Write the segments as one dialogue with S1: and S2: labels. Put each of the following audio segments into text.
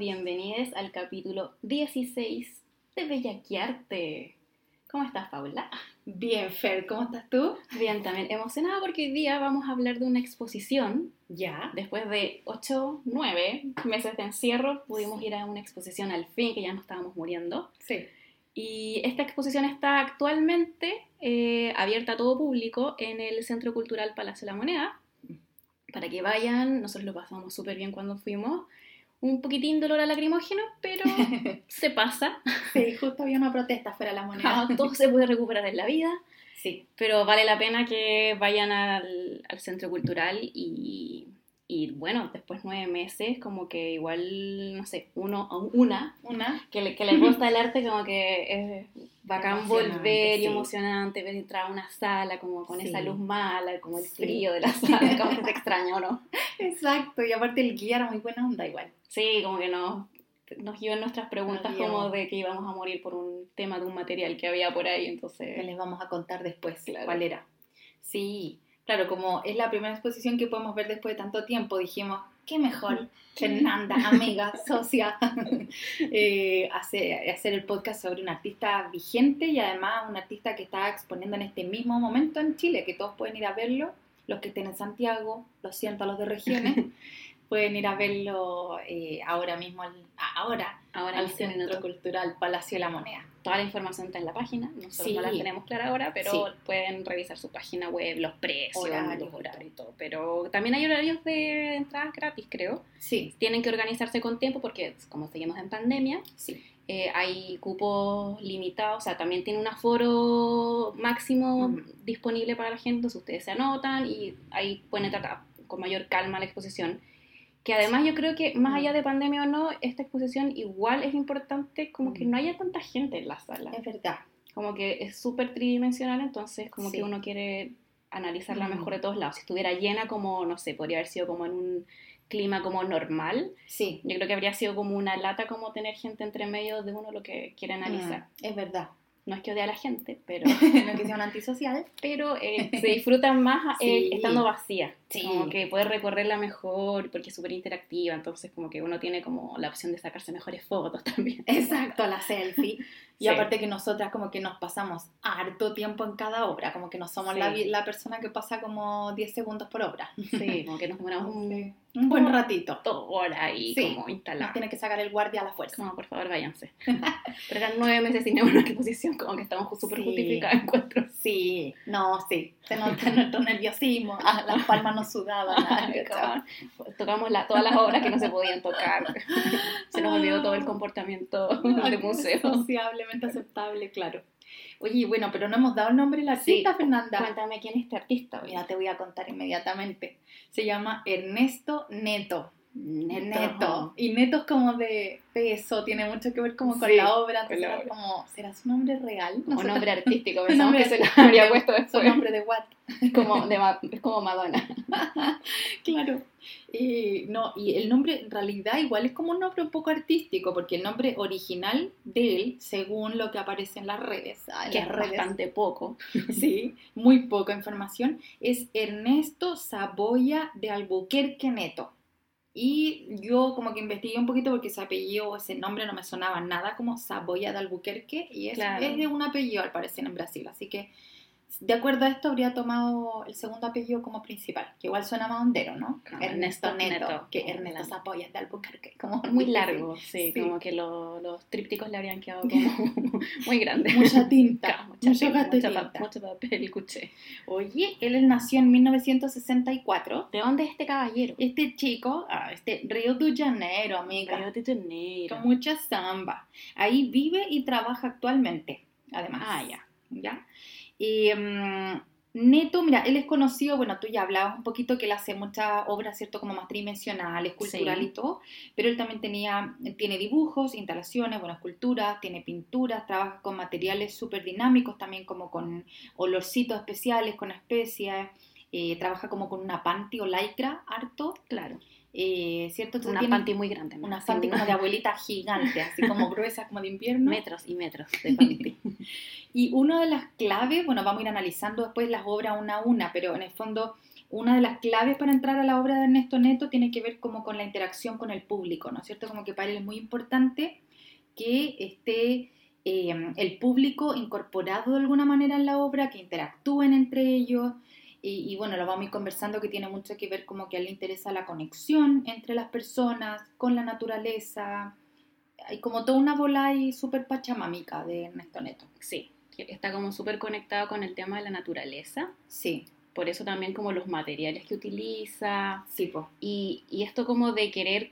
S1: bienvenidos al capítulo 16 de Bellaquiarte. ¿Cómo estás, Paula?
S2: Bien, Fer, ¿cómo estás tú?
S1: Bien, también emocionada porque hoy día vamos a hablar de una exposición.
S2: Ya.
S1: Después de 8, 9 meses de encierro, pudimos ir a una exposición al fin, que ya nos estábamos muriendo.
S2: Sí.
S1: Y esta exposición está actualmente abierta a todo público en el Centro Cultural Palacio de la Moneda. Para que vayan, nosotros lo pasamos súper bien cuando fuimos. Un poquitín dolor a lacrimógeno, pero se pasa.
S2: Sí, justo había una protesta fuera de la Moneda.
S1: Todo se puede recuperar en la vida.
S2: Sí.
S1: Pero vale la pena que vayan al Centro Cultural y bueno, después 9 meses, como que igual, no sé, una que les gusta el arte, como que es bacán volver y emocionante ver entrar a una sala como con esa luz mala, como el frío de la sala, como que te extraña, ¿o no?
S2: Exacto, y aparte el guía era muy buena onda igual.
S1: Sí, como que nos iban nuestras preguntas como de que íbamos a morir por un tema de un material que había por ahí, entonces...
S2: Que les vamos a contar después
S1: claro.
S2: Cuál era. Sí, claro, como es la primera exposición que podemos ver después de tanto tiempo, dijimos, qué mejor, Fernanda, amiga, socia, hacer el podcast sobre un artista vigente y además un artista que está exponiendo en este mismo momento en Chile, que todos pueden ir a verlo, los que estén en Santiago, lo siento a los de regiones, pueden ir a verlo ahora mismo, al Centro Cultural Palacio de la Moneda.
S1: Toda la información está en la página, nosotros no la tenemos clara ahora, pero pueden revisar su página web, los precios, los horarios y todo. Pero también hay horarios de entradas gratis, creo.
S2: Sí.
S1: Tienen que organizarse con tiempo porque, como seguimos en pandemia, hay cupos limitados, o sea, también tiene un aforo máximo disponible para la gente, entonces ustedes se anotan y ahí pueden entrar con mayor calma a la exposición. Que además yo creo que más allá de pandemia o no, esta exposición igual es importante como que no haya tanta gente en la sala.
S2: Es verdad.
S1: Como que es súper tridimensional, entonces como que uno quiere analizarla mejor de todos lados. Si estuviera llena como, no sé, podría haber sido como en un clima como normal.
S2: Sí.
S1: Yo creo que habría sido como una lata como tener gente entre medio de uno lo que quiere analizar.
S2: Es verdad.
S1: No es que odie a la gente, pero...
S2: no es que sea un antisocial.
S1: Pero se disfrutan más estando vacía.
S2: Sí.
S1: Como que puedes recorrerla mejor porque es súper interactiva. Entonces como que uno tiene como la opción de sacarse mejores fotos también.
S2: Exacto, la selfie. Y aparte que nosotras como que nos pasamos harto tiempo en cada obra. Como que no somos la persona que pasa como 10 segundos por obra.
S1: Sí, como que nos demoramos
S2: un buen ratito.
S1: 2 horas ahí como instaladas.
S2: Nos tiene que sacar el guardia a la fuerza.
S1: No, por favor, váyanse. Pero eran 9 meses sin una exposición, como que estamos súper justificadas, encuentro.
S2: Sí, se nota nuestro nerviosismo, las palmas nos sudaban.
S1: Tocamos todas las obras que no se podían tocar. Se nos olvidó todo el comportamiento de museo.
S2: Sociablemente aceptable, claro. Oye, bueno, pero no hemos dado el nombre del artista, Fernanda.
S1: Cuéntame quién es este artista.
S2: Mira, te voy a contar inmediatamente. Se llama Ernesto Neto. Y Neto es como de peso, tiene mucho que ver como con la obra, entonces era como, ¿será su nombre real?
S1: No, un nombre artístico, pensamos que se lo habría puesto después.
S2: Su nombre de what?
S1: Es como Madonna.
S2: Claro. Y el nombre en realidad igual es como un nombre un poco artístico, porque el nombre original de él, según lo que aparece en las redes,
S1: que es bastante poco,
S2: sí, muy poca información, es Ernesto Saboya de Albuquerque Neto. Y yo como que investigué un poquito porque ese apellido, ese nombre no me sonaba nada como Saboya de Albuquerque y es de un apellido al parecer en Brasil, así que de acuerdo a esto habría tomado el segundo apellido como principal, que igual suena más hondero, ¿no? Ernesto Neto, que Ernesto Saboya de Albuquerque, como
S1: muy largo, sí, como que los trípticos le habrían quedado como muy grandes.
S2: Mucha tinta,
S1: mucho papel y cuché.
S2: Oye, él nació en 1964.
S1: ¿De dónde es este caballero?
S2: Este chico, Río de Janeiro, amiga.
S1: Río de Janeiro.
S2: Con mucha samba. Ahí vive y trabaja actualmente, además. ¿Ya? Y Neto, mira, él es conocido, bueno, tú ya hablabas un poquito que él hace muchas obras, ¿cierto? Como más tridimensionales, cultural y todo, pero él también tiene dibujos, instalaciones, bueno, esculturas, tiene pinturas, trabaja con materiales súper dinámicos, también como con olorcitos especiales, con especias, trabaja como con una panty o lycra harto.
S1: Claro.
S2: ¿Cierto?
S1: Una panty muy grande.
S2: Una panty como de abuelita gigante, así como gruesa, como de invierno.
S1: Metros y metros de panty.
S2: Y una de las claves, bueno, vamos a ir analizando después las obras una a una, pero en el fondo una de las claves para entrar a la obra de Ernesto Neto tiene que ver como con la interacción con el público, ¿no es cierto? Como que para él es muy importante que esté el público incorporado de alguna manera en la obra, que interactúen entre ellos, y bueno, lo vamos a ir conversando, que tiene mucho que ver como que a él le interesa la conexión entre las personas, con la naturaleza. Hay como toda una bola ahí súper pachamámica de Ernesto Neto.
S1: Sí, está como súper conectado con el tema de la naturaleza.
S2: Sí.
S1: Por eso también como los materiales que utiliza.
S2: Sí, po.
S1: Y esto como de querer,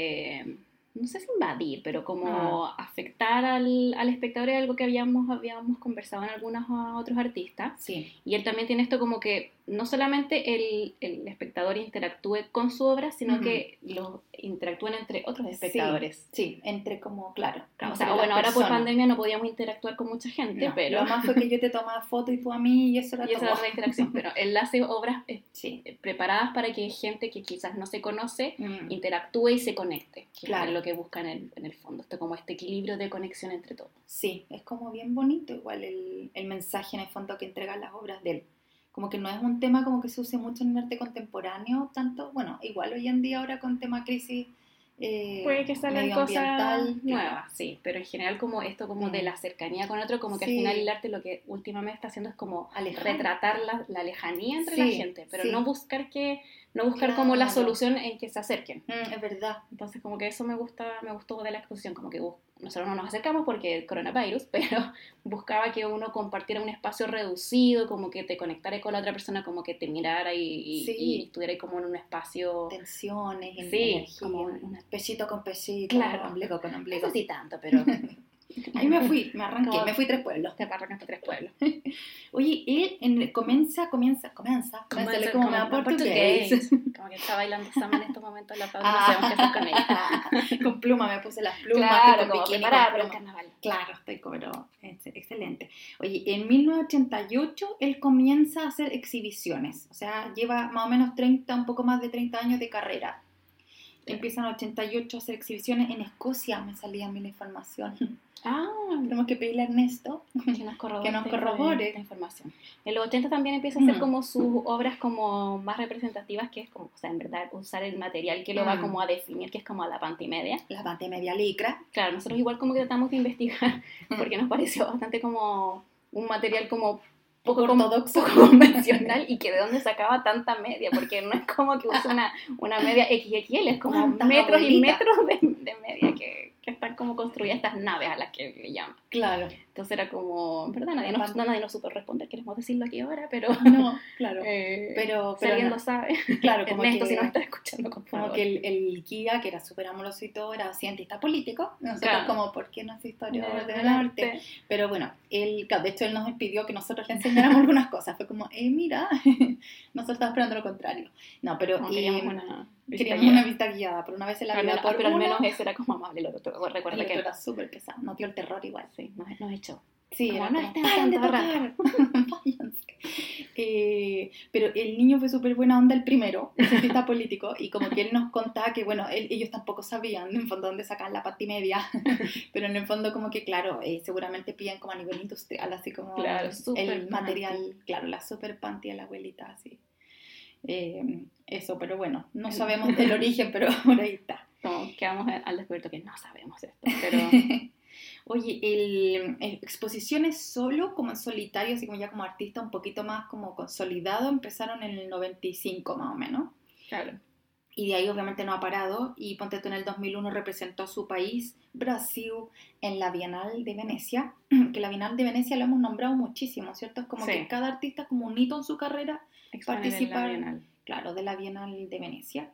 S1: no sé si invadir, pero como afectar al espectador, es algo que habíamos conversado en algunos otros artistas.
S2: Sí.
S1: Y él también tiene esto como que no solamente el espectador interactúe con su obra, sino que los interactúen entre otros espectadores.
S2: Sí, entre como, claro.
S1: O sea, bueno, ahora por pandemia no podíamos interactuar con mucha gente,
S2: no,
S1: pero...
S2: Lo más fue que yo te tomaba fotos y tú a mí, y eso era todo.
S1: Y esa era la interacción, pero él hace obras preparadas para que gente que quizás no se conoce interactúe y se conecte.
S2: Claro.
S1: Es lo que busca en el fondo, como este equilibrio de conexión entre todos.
S2: Sí, es como bien bonito igual el mensaje en el fondo que entregan las obras de él. Como que no es un tema como que se use mucho en el arte contemporáneo, tanto, bueno, igual hoy en día ahora con tema crisis
S1: puede que salgan cosas nuevas,
S2: claro.
S1: Sí, pero en general como esto como de la cercanía con otro, como que al final el arte lo que últimamente está haciendo es como retratar la lejanía entre la gente, pero no buscar como la solución en que se acerquen.
S2: Es verdad.
S1: Entonces como que eso me gustó de la exposición, como que nosotros no nos acercamos porque el coronavirus, pero buscaba que uno compartiera un espacio reducido, como que te conectara con la otra persona, como que te mirara y estuviera como en un espacio...
S2: Tensiones,
S1: energía. Como
S2: pesito con pesito, ombligo con ombligo.
S1: No sé si tanto, pero...
S2: Ahí me arranqué, me fui 3 pueblos.
S1: Te arrancaste 3 pueblos.
S2: Oye, él comienza como me portugués.
S1: Como que está bailando Sama en estos momentos la Paula, no sabemos qué hacer con ella.
S2: Con pluma, me puse las plumas.
S1: Claro, como preparada para el carnaval.
S2: Claro, pero excelente. Oye, en 1988 él comienza a hacer exhibiciones, o sea, lleva más o menos un poco más de 30 años de carrera. Empieza en el 88 a hacer exhibiciones en Escocia, me salía a mí la información. Tenemos que pedirle a Ernesto
S1: que nos corrobore
S2: esta
S1: información. En los 80 también empieza a hacer como sus obras como más representativas, que es como, o sea, en verdad usar el material que lo va como a definir, que es como la pantimedia.
S2: La pantimedia licra.
S1: Claro, nosotros igual como que tratamos de investigar, porque nos pareció bastante como un material como poco ortodoxo, poco convencional, y que de dónde sacaba tanta media, porque no es como que usa una media XXL, es como metros y metros de media que están como construidas estas naves a las que le llaman.
S2: Claro.
S1: Entonces era como, en verdad, nadie nos supo responder, queremos decirlo aquí ahora, pero...
S2: No, claro. Pero
S1: si alguien lo sabe,
S2: claro, como
S1: Ernesto,
S2: que,
S1: si nos está escuchando, por favor.
S2: Como que el guía, que era súper amoroso y todo, era cientista político. Nosotros como, ¿por qué no es historiador del arte? Pero bueno, de hecho él nos pidió que nosotros le enseñáramos algunas cosas. Fue como, mira, nosotros estamos esperando lo contrario. No, pero... Queríamos una visita guiada, pero una vez en la vida
S1: pero al menos ese era como amable, recuerda que
S2: era súper pesado, nos dio el terror igual.
S1: Sí, nos echó.
S2: Sí,
S1: como,
S2: era
S1: no estén tanto rato.
S2: Pero el niño fue súper buena onda el primero, el cientista político, y como que él nos contaba que, bueno, ellos tampoco sabían en el fondo dónde sacaban la pantimedia, pero en el fondo como que, claro, seguramente pillan como a nivel industrial, así como el material, claro, la super panty de la abuelita, así. Eso, pero bueno, no sabemos del origen, pero por ahí está.
S1: Como quedamos al descubierto que no sabemos esto, pero...
S2: Oye, exposiciones solo, como en solitario, así como ya como artista un poquito más como consolidado, empezaron en el 95 más o menos.
S1: Claro.
S2: Y de ahí obviamente no ha parado, y ponte tú, en el 2001 representó a su país, Brasil, en la Bienal de Venecia, que la Bienal de Venecia lo hemos nombrado muchísimo, ¿cierto? Es como que cada artista es como un hito en su carrera participar, claro, de la Bienal de Venecia.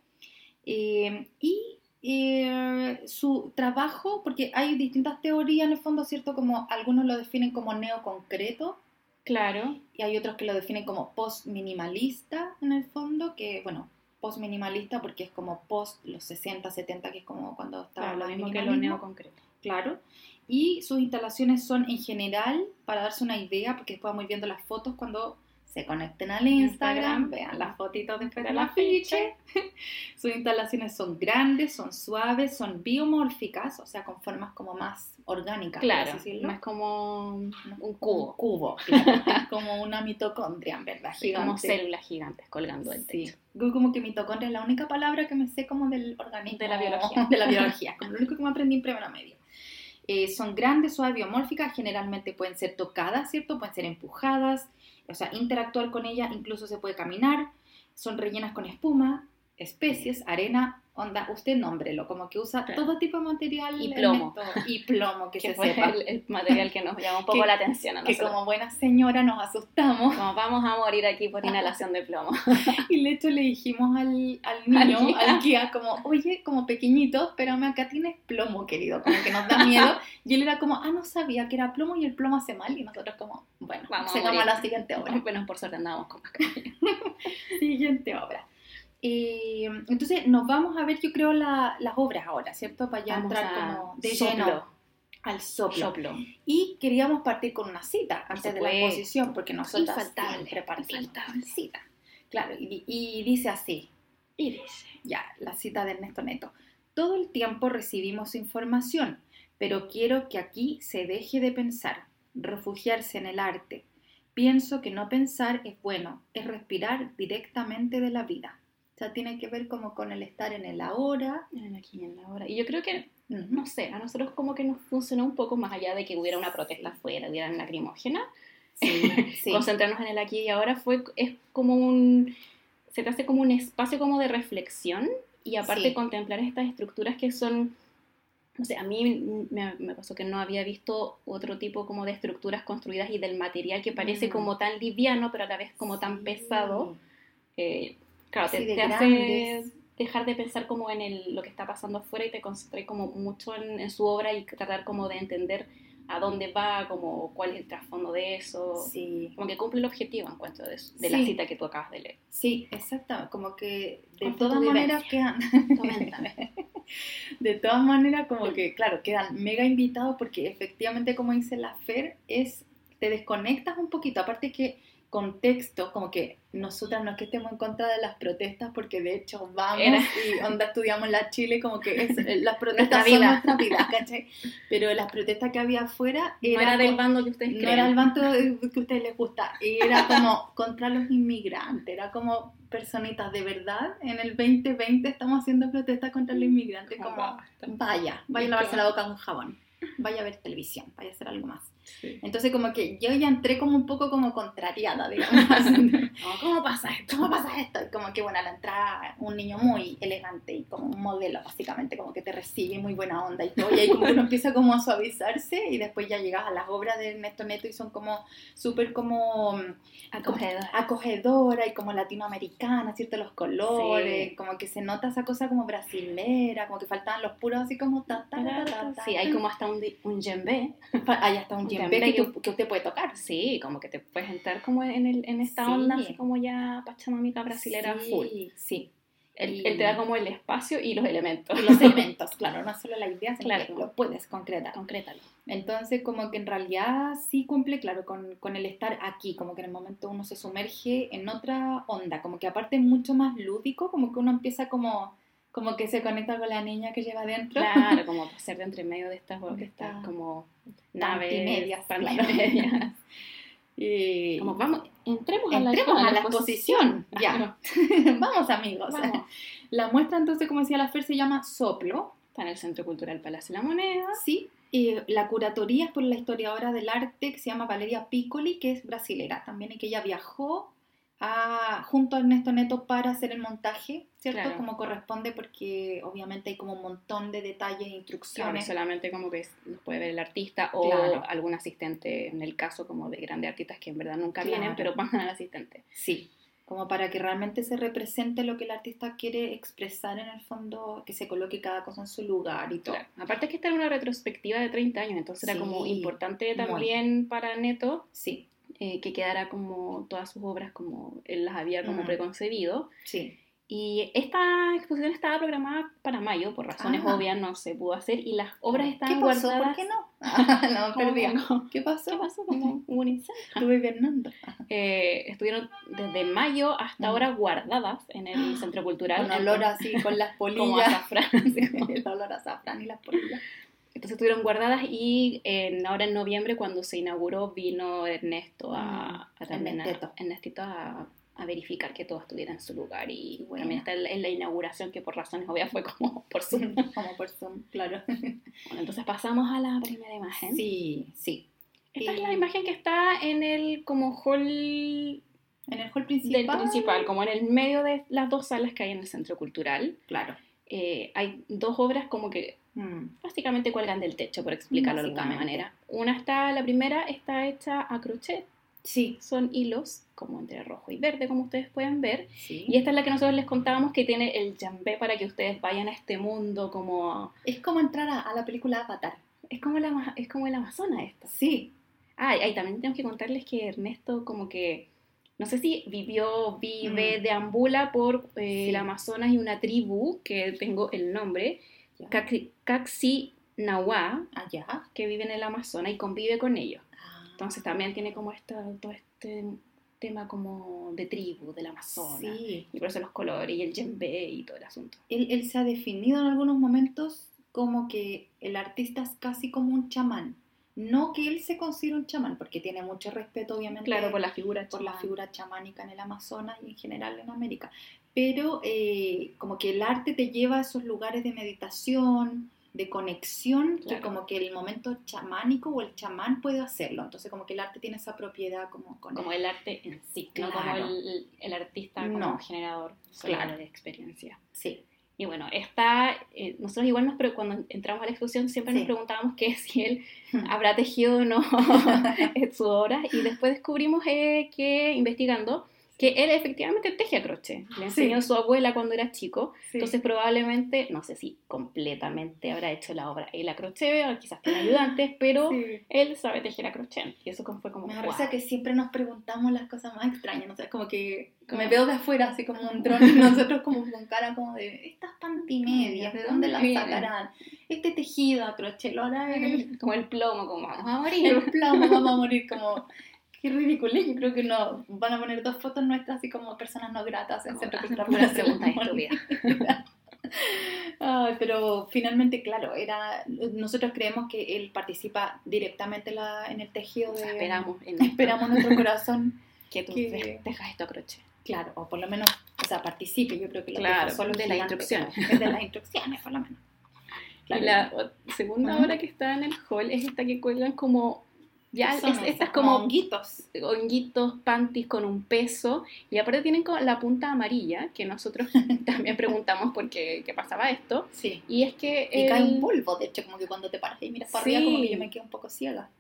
S2: Su trabajo, porque hay distintas teorías en el fondo, ¿cierto? Como algunos lo definen como neoconcreto.
S1: Claro.
S2: Y hay otros que lo definen como post-minimalista, en el fondo, que, bueno, post-minimalista porque es como post los 60, 70, que es como cuando estaba
S1: lo mismo que lo neoconcreto.
S2: Claro. Y sus instalaciones son en general, para darse una idea, porque después vamos viendo las fotos cuando se conecten al Instagram, vean las fotitos después del afiche. Sus instalaciones son grandes, son suaves, son biomórficas, o sea, con formas como más orgánicas,
S1: claro,
S2: por así decirlo.
S1: más como un cubo.
S2: Un cubo, claro. Es como una mitocondria, en verdad,
S1: sí,
S2: gigante.
S1: como células gigantes colgando del techo.
S2: Yo como que mitocondria es la única palabra que me sé como del organismo.
S1: De la biología.
S2: De la biología, como lo único que me aprendí en primero medio. Son grandes, suaves, biomórficas, generalmente pueden ser tocadas, ¿cierto? Pueden ser empujadas, o sea, interactuar con ellas, incluso se puede caminar, son rellenas con espuma, especies, arena, onda, usted nómbrelo, como que usa todo tipo de material.
S1: Y plomo.
S2: Y plomo, que se
S1: fue
S2: sepa.
S1: El material que nos llama un poco la atención a nosotros.
S2: Que como buena señora nos asustamos.
S1: Como vamos a morir aquí por inhalación de plomo.
S2: Y de hecho le dijimos al niño, al guía, como, oye, como pequeñito, espérame, acá tienes plomo, querido, como que nos da miedo. Y él era como, no sabía que era plomo y el plomo hace mal. Y nosotros como, bueno,
S1: vamos
S2: a la siguiente obra.
S1: Bueno, por suerte andábamos con mascarilla.
S2: Siguiente obra. Entonces nos vamos a ver, yo creo, las obras ahora, ¿cierto? Para ya entrar como de lleno al soplo. Y queríamos partir con una cita antes de la exposición, porque nosotros siempre partimos con cita. Claro, y dice así.
S1: Y dice.
S2: Ya, la cita de Ernesto Neto. Todo el tiempo recibimos información, pero quiero que aquí se deje de pensar, refugiarse en el arte. Pienso que no pensar es bueno, es respirar directamente de la vida. O sea, tiene que ver como con el estar en el ahora.
S1: En el aquí y en la ahora. Y yo creo que, no sé, a nosotros como que nos funcionó un poco más allá de que hubiera una protesta afuera, hubiera lacrimógena. Sí. Concentrarnos en el aquí y ahora es como se te hace como un espacio como de reflexión y aparte contemplar estas estructuras que son, no sé, a mí me pasó que no había visto otro tipo como de estructuras construidas y del material que parece como tan liviano pero a la vez como tan pesado. Claro, te hace dejar de pensar como en lo que está pasando afuera y te concentras como mucho en su obra y tratar como de entender a dónde va, como cuál es el trasfondo de eso.
S2: Sí.
S1: Como que cumple el objetivo, encuentro, de la cita que tú acabas de leer.
S2: Sí, exacto. Como que de todas maneras quedan... De todas maneras, como que, claro, quedan mega invitados porque efectivamente, como dice la Fer, te desconectas un poquito. Aparte que contexto, como que nosotras no es que estemos en contra de las protestas porque de hecho vamos y onda estudiamos la Chile, como que las protestas son nuestra vida, ¿cachai? Pero las protestas que había afuera
S1: no era del bando que ustedes creen.
S2: No era el bando que a ustedes les gusta, era como contra los inmigrantes, era como personitas de verdad. En el 2020 estamos haciendo protestas contra los inmigrantes, como vaya a lavarse la boca con jabón, vaya a ver televisión, vaya a hacer algo más. Sí. Entonces como que yo ya entré como un poco como contrariada, digamos. ¿Cómo pasa esto? Y como que bueno, a la entrada un niño muy elegante y como un modelo básicamente, como que te recibe muy buena onda y todo, y ahí como que uno empieza como a suavizarse y después ya llegas a las obras de Ernesto Neto y son como súper como acogedora y como latinoamericana, ¿cierto? Los colores, como que se nota esa cosa como brasilera, como que faltaban los puros así como
S1: Sí, hay como hasta un djembe.
S2: Hay hasta un djembe que usted puede tocar.
S1: Sí, como que te puedes entrar como en esta onda así como ya pachamámica brasilera full.
S2: Sí.
S1: Él te da como el espacio y los elementos.
S2: Claro, no solo la idea, sino que lo puedes concretar.
S1: Concrétalo.
S2: Entonces, como que en realidad sí cumple, claro, con el estar aquí, como que en el momento uno se sumerge en otra onda, como que aparte es mucho más lúdico, como que uno empieza como que se conecta con la niña que lleva adentro.
S1: Claro, como pasar de entre medio de estas como naves
S2: pantimedias.
S1: Como vamos, entremos a
S2: la exposición. Ya. Vamos, amigos. Vamos. La muestra entonces, como decía la Fer, se llama Soplo.
S1: Está en el Centro Cultural Palacio de la Moneda.
S2: Sí. La curatoría es por la historiadora del arte que se llama Valeria Piccoli, que es brasilera también, y que ella viajó junto a Ernesto Neto para hacer el montaje, ¿cierto? Claro. Como corresponde, porque obviamente hay como un montón de detalles e instrucciones.
S1: Claro, solamente como que los puede ver el artista o algún asistente, en el caso como de grandes artistas que en verdad nunca vienen, pero pasan al asistente.
S2: Sí, como para que realmente se represente lo que el artista quiere expresar en el fondo, que se coloque cada cosa en su lugar y todo.
S1: Claro. Aparte que esta era una retrospectiva de 30 años, entonces era como importante también para Neto.
S2: Sí.
S1: Que quedara como todas sus obras como él las había como preconcebido.
S2: Sí.
S1: Y esta exposición estaba programada para mayo, por razones obvias no se pudo hacer, y las obras estaban guardadas.
S2: ¿Por qué no? No, perdí. ¿Qué pasó?
S1: ¿Qué pasó? Como hubo un incendio.
S2: Estuve hibernando.
S1: Estuvieron desde mayo hasta ahora guardadas en el Centro Cultural.
S2: Con olor así, con las polillas.
S1: Como azafrán.
S2: El olor a azafrán y las polillas.
S1: Entonces estuvieron guardadas y ahora en noviembre, cuando se inauguró, vino Ernestito a verificar que todo estuviera en su lugar. Y bueno, también está en la inauguración, que por razones obvias fue como por Zoom.
S2: Como por Zoom, claro.
S1: Bueno, entonces pasamos a la primera imagen.
S2: Sí.
S1: Esta es la imagen que está en el como hall...
S2: En el hall principal.
S1: Como en el medio de las dos salas que hay en el Centro Cultural.
S2: Claro.
S1: Hay dos obras como que básicamente cuelgan del techo, por explicarlo de alguna manera. La primera está hecha a crochet.
S2: Sí.
S1: Son hilos como entre rojo y verde, como ustedes pueden ver.
S2: Sí.
S1: Y esta es la que nosotros les contábamos, que tiene el jambé para que ustedes vayan a este mundo como...
S2: Es como entrar a la película Avatar.
S1: Es como el Amazonas esto.
S2: Sí.
S1: Y también tenemos que contarles que Ernesto como que... No sé si vive, deambula por el Amazonas y una tribu, que tengo el nombre, Caxi-Nahuá, que vive en el Amazonas y convive con ellos. Entonces también tiene como todo este tema como de tribu, del Amazonas.
S2: Sí.
S1: Y por eso los colores y el djembe y todo el asunto.
S2: Él se ha definido en algunos momentos como que el artista es casi como un chamán. No que él se considere un chamán, porque tiene mucho respeto, obviamente,
S1: claro, por la figura
S2: chamánica en el Amazonas y en general en América. Pero como que el arte te lleva a esos lugares de meditación, de conexión, que como que el momento chamánico o el chamán puede hacerlo. Entonces como que el arte tiene esa propiedad como
S1: el arte en sí,
S2: claro.
S1: No como el artista como generador de experiencia.
S2: Sí.
S1: Y bueno, nosotros igual cuando entramos a la exposición siempre nos preguntábamos si él habrá tejido o no su obra, y después descubrimos que investigando que él efectivamente teje a crochet. Le enseñó a su abuela cuando era chico, entonces probablemente, no sé si completamente habrá hecho la obra él a crochet, o quizás tiene ayudantes, pero él sabe tejer a crochet, y eso fue como...
S2: Me parece que siempre nos preguntamos las cosas más extrañas, no sé, como que me veo de afuera así como un dron, y nosotros como con cara como de, estas pantimedias, ¿de dónde las sacarán? Este tejido a crochet, lo hará
S1: como el plomo, como vamos a morir.
S2: El plomo, vamos a morir, como... Qué ridículo, yo creo que no van a poner 2 fotos nuestras así como personas no gratas en Centro Cultural.
S1: Una pregunta estúpida.
S2: Pero finalmente, claro, nosotros creemos que él participa directamente en el tejido de... Esperamos en nuestro corazón
S1: que tú tejas esto a crochet.
S2: Claro, o por lo menos, participe, yo creo que
S1: solo de las instrucciones.
S2: De las instrucciones, por lo menos.
S1: Claro. Y la segunda obra que está en el hall es esta que cuelgan como... estas como honguitos, panties con un peso, y aparte tienen la punta amarilla, que nosotros también preguntamos por qué pasaba esto, y es que...
S2: Y cae un polvo, de hecho, como que cuando te paras y miras para arriba, como que yo me quedo un poco ciega.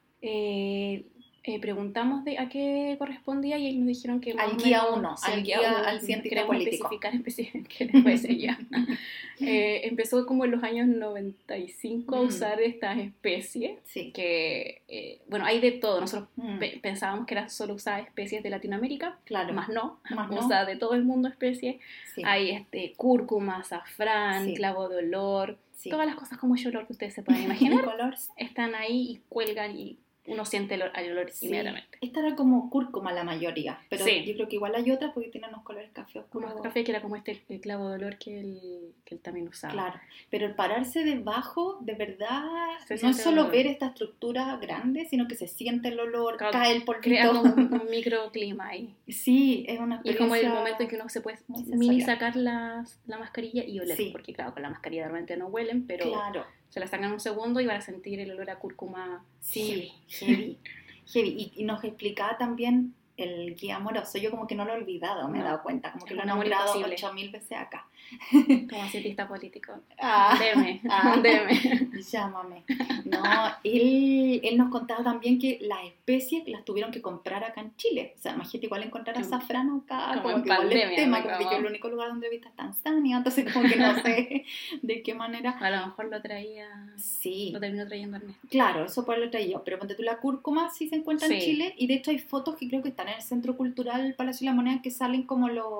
S1: Preguntamos a qué correspondía y ellos nos dijeron que...
S2: Al guía 1, al científico político.
S1: ¿Qué les puede ser ya? Empezó como en los años 95 a usar estas especies, que, hay de todo. Nosotros pensábamos que eran solo usadas especies de Latinoamérica, más no. Usa de todo el mundo especies. Hay cúrcuma, azafrán, clavo de olor, todas las cosas como olor que ustedes se pueden imaginar, están ahí y cuelgan y uno siente el olor inmediatamente.
S2: Esta era como cúrcuma la mayoría, pero yo creo que igual hay otras porque tienen unos colores café oscuro.
S1: Más café, que era como el clavo de olor que él también usaba.
S2: Claro, pero el pararse debajo, de verdad, no es solo ver esta estructura grande, sino que se siente el olor, cae el polvito.
S1: Crea como un microclima ahí.
S2: Sí, es una experiencia.
S1: Y es como el momento en que uno se puede mini sacar la mascarilla y oler, porque claro, con la mascarilla realmente no huelen, pero...
S2: Claro.
S1: Se la sacan un segundo y van a sentir el olor a cúrcuma.
S2: Heavy. Y nos explicaba también el guía amoroso. Yo como que no lo he olvidado, me he dado cuenta. Como que lo he nombrado 8.000 veces acá.
S1: Como cientista político.
S2: Deme. Llámame. No, él nos contaba también que las especies las tuvieron que comprar acá en Chile. O sea, imagínate igual encontrar azafrán acá. Como que igual es tema. Como que yo el único lugar donde he visto es Tanzania. Entonces como que no sé de qué manera.
S1: A lo mejor lo traía...
S2: Sí.
S1: Lo terminó trayendo Ernesto.
S2: Claro, eso pues lo traía yo. Pero ponte tú, la cúrcuma sí se encuentra en Chile. Y de hecho hay fotos que creo que están en el Centro Cultural Palacio de la Moneda que salen como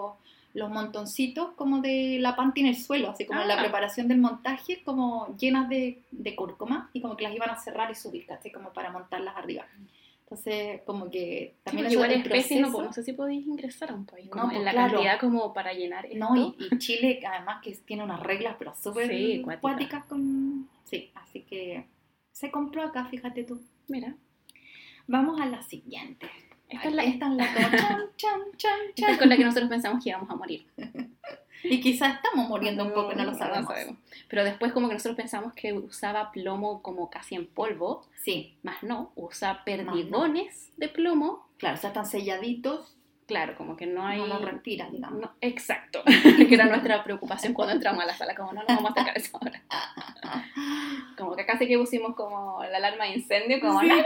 S2: los montoncitos como de la panty en el suelo, así como en la preparación del montaje, como llenas de cúrcuma, y como que las iban a cerrar y subir, así como para montarlas arriba. Entonces, como que también
S1: sí, igual especies, no sé si podéis ingresar a un país, como en la cantidad como para llenar esto.
S2: No, y Chile además que tiene unas reglas, pero súper cuáticas Sí, así que se compró acá, fíjate tú.
S1: Mira.
S2: Vamos a la siguiente.
S1: Esta es la con la que nosotros pensamos que íbamos a morir.
S2: Y quizás estamos muriendo un poco, no lo sabemos.
S1: Pero después como que nosotros pensamos que usaba plomo como casi en polvo.
S2: Sí.
S1: Más no, usa perdigones de plomo.
S2: Claro, o sea, están selladitos.
S1: Claro, como que no hay...
S2: No lo respiras, digamos.
S1: No, exacto. Que era nuestra preocupación cuando entramos a la sala, como no nos vamos a acercar a eso ahora. Como que casi que pusimos como la alarma de incendio, como...
S2: Sí.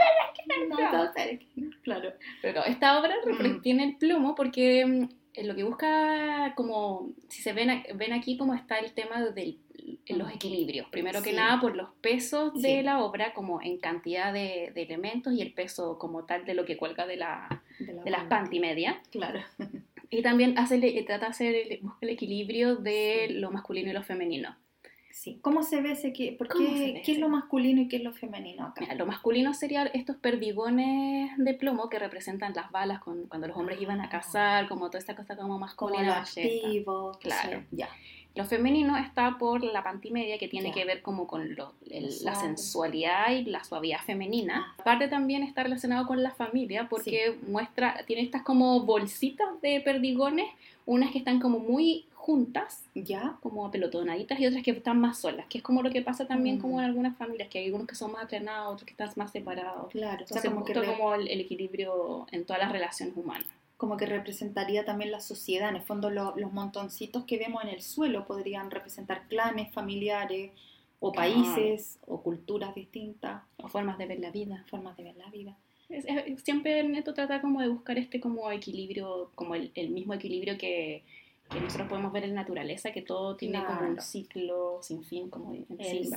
S1: Claro. Pero esta obra tiene el plomo porque lo que busca, como... Si se ven aquí como está el tema de los equilibrios. Primero que nada por los pesos de la obra, como en cantidad de elementos y el peso como tal de lo que cuelga de las panty media.
S2: Claro.
S1: Y también trata de hacer busca el equilibrio de lo masculino y lo femenino.
S2: Sí. ¿Cómo se ve qué es lo masculino y qué es lo femenino acá?
S1: Mira, lo masculino serían estos perdigones de plomo que representan las balas cuando los hombres iban a cazar, como toda esta cosa como masculina.
S2: Como lo activo.
S1: Claro.
S2: Sí, ya.
S1: Lo femenino está por la pantimedia, que tiene que ver como con la sensualidad y la suavidad femenina. Aparte también está relacionado con la familia, porque tiene estas como bolsitas de perdigones, unas que están como muy juntas,
S2: ¿ya?
S1: Como apelotonaditas, y otras que están más solas, que es como lo que pasa también como en algunas familias, que hay algunos que son más aclanados, otros que están más separados.
S2: Claro.
S1: Entonces, como el equilibrio en todas las relaciones humanas.
S2: Como que representaría también la sociedad. En el fondo los montoncitos que vemos en el suelo podrían representar clanes familiares o países o culturas distintas.
S1: O formas de ver la vida.
S2: Siempre
S1: Neto trata como de buscar como equilibrio, como el mismo equilibrio que nosotros podemos ver en la naturaleza, que todo tiene como un ciclo sin fin, como en Silva.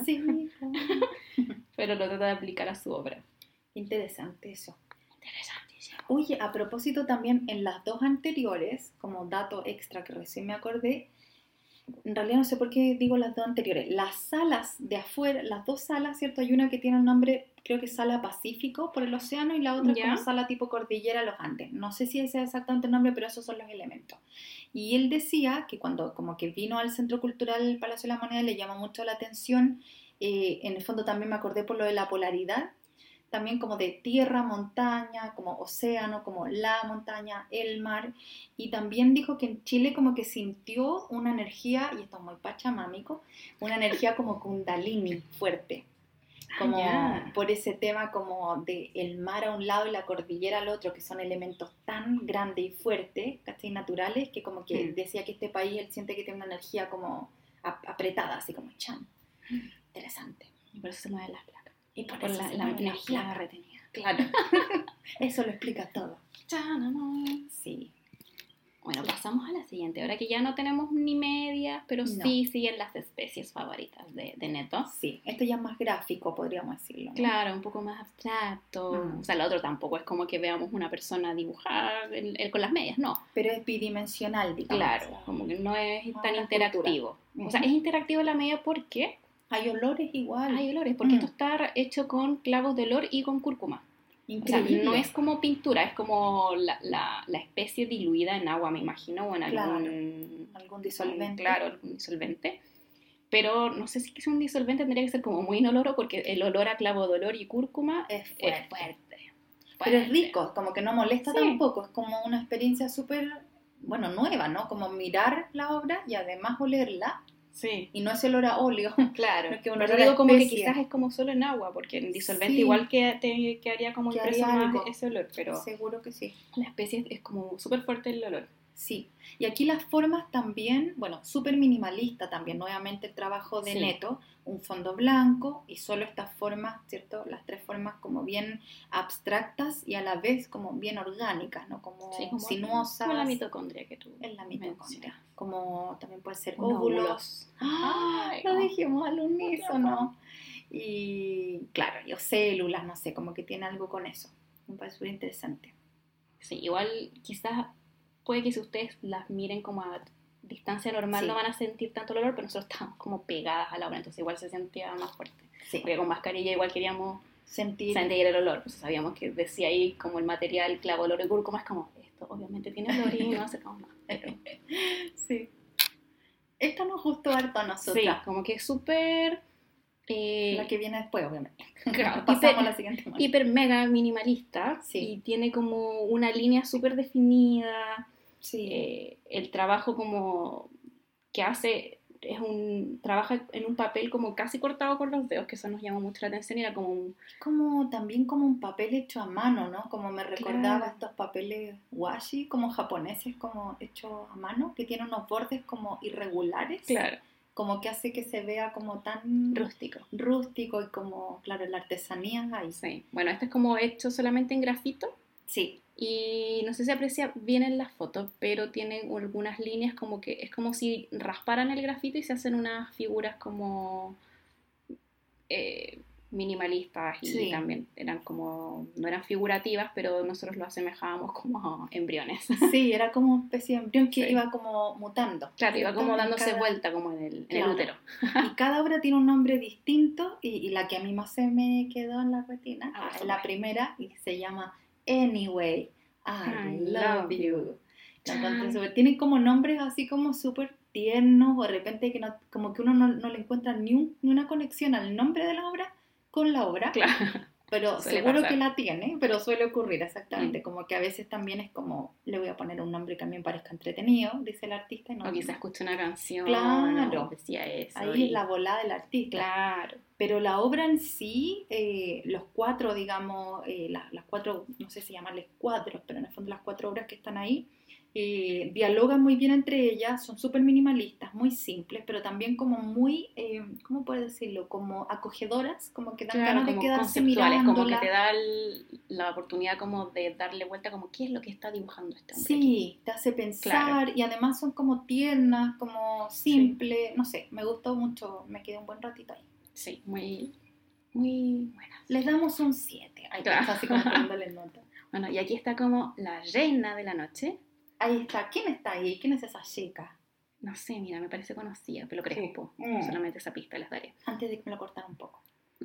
S1: Pero lo trata de aplicar a su obra.
S2: Interesante eso. Oye, a propósito también, en las dos anteriores, como dato extra que recién me acordé, en realidad no sé por qué digo las dos anteriores, las salas de afuera, las dos salas, ¿cierto? Hay una que tiene el nombre, creo que Sala Pacífico por el océano, y la otra es como Sala tipo Cordillera Los Andes. No sé si ese es exactamente el nombre, pero esos son los elementos. Y él decía que cuando como que vino al Centro Cultural Palacio de la Moneda le llamó mucho la atención, en el fondo también me acordé por lo de la polaridad, también como de tierra, montaña, como océano, como la montaña, el mar, y también dijo que en Chile como que sintió una energía, y esto es muy pachamámico, una energía como kundalini fuerte, como por ese tema como de el mar a un lado y la cordillera al otro, que son elementos tan grandes y fuertes, ¿cachai? Naturales, que como que decía que este país él siente que tiene una energía como apretada, así como chan. Interesante.
S1: Y por eso se mueven las placas.
S2: Y por la energía
S1: retenida.
S2: Claro. Eso lo explica todo.
S1: Sí. Bueno, pasamos a la siguiente. Ahora que ya no tenemos ni medias, pero sí siguen las especies favoritas de Neto.
S2: Sí, esto ya es más gráfico, podríamos decirlo, ¿no?
S1: Claro, un poco más abstracto. O sea, lo otro tampoco es como que veamos una persona dibujar con las medias, no.
S2: Pero es bidimensional, digamos.
S1: Claro, como que no es tan interactivo. O sea, es interactivo la media porque...
S2: Hay olores igual.
S1: Hay olores, porque esto está hecho con clavos de olor y con cúrcuma.
S2: Increíble.
S1: O sea, no es como pintura, es como la especie diluida en agua, me imagino, o en
S2: algún disolvente.
S1: Algún disolvente. Pero no sé si es un disolvente, tendría que ser como muy inoloro, porque el olor a clavo de olor y cúrcuma
S2: es fuerte. Pero es rico, como que no molesta tampoco, es como una experiencia súper, nueva, ¿no? Como mirar la obra y además olerla.
S1: Sí.
S2: Y no es el olor a óleo.
S1: Claro. Pero digo como que quizás es como solo en agua, porque en disolvente igual que haría como impreso más ese olor, pero...
S2: Seguro que sí.
S1: La especie es como súper fuerte el olor.
S2: Sí. Y aquí las formas también, súper minimalista también, nuevamente el trabajo de Neto, un fondo blanco y solo estas formas, ¿cierto? Las tres formas como bien abstractas y a la vez como bien orgánicas, ¿no? Como sinuosas.
S1: Como la mitocondria que tú
S2: Es la mitocondria. Como también puede ser
S1: óvulos.
S2: Lo dijimos al unísono. Y claro, y células, no sé, como que tiene algo con eso. Me parece súper interesante.
S1: Sí, igual quizás puede que si ustedes las miren como distancia normal no van a sentir tanto el olor, pero nosotros estábamos como pegadas a la obra, entonces igual se sentía más fuerte.
S2: Sí.
S1: Porque con mascarilla igual queríamos
S2: sentir
S1: el olor, pues sabíamos que decía ahí como el material clavo, olor de cúrcuma, es como, esto obviamente tiene olor y no acercamos más. Pero...
S2: sí. Esto nos gustó harto a nosotros.
S1: Sí, como que es súper...
S2: la que viene después, obviamente.
S1: Claro,
S2: pasamos a la siguiente.
S1: Hiper mega minimalista.
S2: Sí.
S1: Y tiene como una línea súper definida.
S2: Sí.
S1: El trabajo como que hace trabaja en un papel como casi cortado con los dedos, que eso nos llamó mucho la atención. Era como
S2: también como un papel hecho a mano, ¿no? Como me recordaba estos papeles washi, como japoneses, como hechos a mano, que tienen unos bordes como irregulares.
S1: Claro.
S2: Como que hace que se vea como tan rústico y como, claro, la artesanía ahí.
S1: Sí, bueno, este es como hecho solamente en grafito.
S2: Sí.
S1: Y no sé si aprecia bien en las fotos, pero tienen algunas líneas como que es como si rasparan el grafito y se hacen unas figuras como minimalistas y también eran como, no eran figurativas, pero nosotros lo asemejábamos como embriones.
S2: Sí, era como una especie de embrión que iba como mutando.
S1: Claro, iba como dándose vuelta como en el útero.
S2: Y cada obra tiene un nombre distinto y la que a mí más se me quedó en la retina, es la primera y se llama Anyway, I love you. Entonces tienen como nombres así como súper tiernos o de repente que no, como que uno no le encuentra ni una conexión al nombre de la obra con la obra,
S1: claro.
S2: Pero seguro que la tiene, pero suele ocurrir exactamente, como que a veces también es como, le voy a poner un nombre que a mí me parezca entretenido, dice el artista.
S1: O quizás escuche una canción,
S2: claro,
S1: decía eso.
S2: Ahí es la volada del artista.
S1: Claro.
S2: Pero la obra en sí, los cuatro, digamos, las cuatro, no sé si llamarles cuadros, pero en el fondo las cuatro obras que están ahí, dialogan muy bien entre ellas, son súper minimalistas, muy simples, pero también como muy, ¿cómo puedo decirlo? Como acogedoras, como que dan ganas de quedarse mirándola.
S1: Como que te da la oportunidad como de darle vuelta, como ¿qué es lo que está dibujando este hombre?
S2: Sí, aquí? Te hace pensar, y además son como tiernas, como simples, no sé, me gustó mucho, me quedé un buen ratito ahí.
S1: Sí, muy, muy buenas.
S2: Les damos un 7,
S1: claro.
S2: Así como poniéndole nota.
S1: Bueno, y aquí está como la reina de la noche.
S2: Ahí está. ¿Quién está ahí? ¿Quién es esa chica?
S1: No sé, mira, me parece conocida, pelo crespo. Sí. Solamente esa pista les daré.
S2: Antes de que me la cortara un poco.